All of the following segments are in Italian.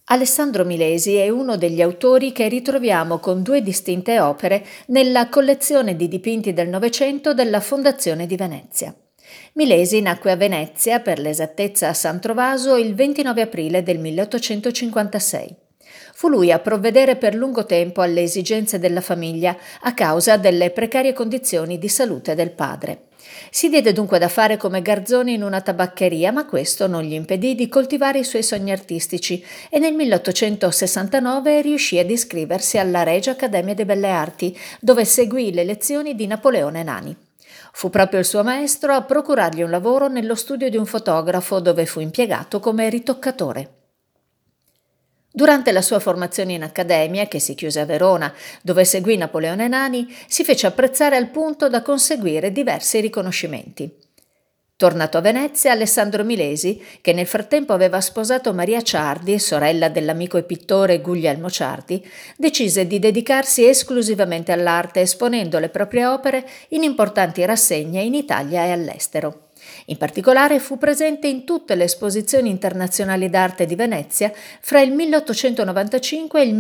Alessandro Milesi è uno degli autori che ritroviamo con due distinte opere nella collezione di dipinti del Novecento della Fondazione di Venezia. Milesi nacque a Venezia, per l'esattezza a San Trovaso, il 29 aprile del 1856. Fu lui a provvedere per lungo tempo alle esigenze della famiglia a causa delle precarie condizioni di salute del padre. Si diede dunque da fare come garzone in una tabaccheria, ma questo non gli impedì di coltivare i suoi sogni artistici e nel 1869 riuscì ad iscriversi alla Regia Accademia delle Belle Arti, dove seguì le lezioni di Napoleone Nani. Fu proprio il suo maestro a procurargli un lavoro nello studio di un fotografo, dove fu impiegato come ritoccatore. Durante la sua formazione in accademia, che si chiuse a Verona, dove seguì Napoleone Nani, si fece apprezzare al punto da conseguire diversi riconoscimenti. Tornato a Venezia, Alessandro Milesi, che nel frattempo aveva sposato Maria Ciardi, sorella dell'amico e pittore Guglielmo Ciardi, decise di dedicarsi esclusivamente all'arte, esponendo le proprie opere in importanti rassegne in Italia e all'estero. In particolare fu presente in tutte le esposizioni internazionali d'arte di Venezia fra il 1895 e il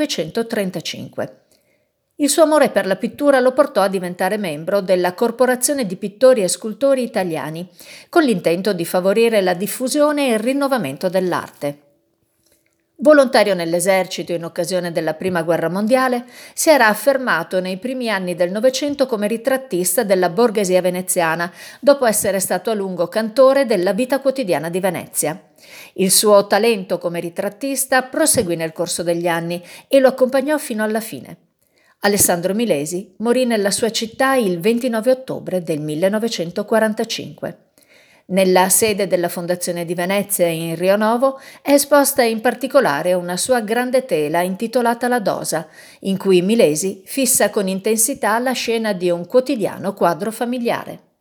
1935. Il suo amore per la pittura lo portò a diventare membro della Corporazione di Pittori e Scultori Italiani, con l'intento di favorire la diffusione e il rinnovamento dell'arte. Volontario nell'esercito in occasione della Prima Guerra Mondiale, si era affermato nei primi anni del Novecento come ritrattista della borghesia veneziana, dopo essere stato a lungo cantore della vita quotidiana di Venezia. Il suo talento come ritrattista proseguì nel corso degli anni e lo accompagnò fino alla fine. Alessandro Milesi morì nella sua città il 29 ottobre del 1945. Nella sede della Fondazione di Venezia in Rio Novo è esposta in particolare una sua grande tela intitolata La Dosa, in cui Milesi fissa con intensità la scena di un quotidiano quadro familiare.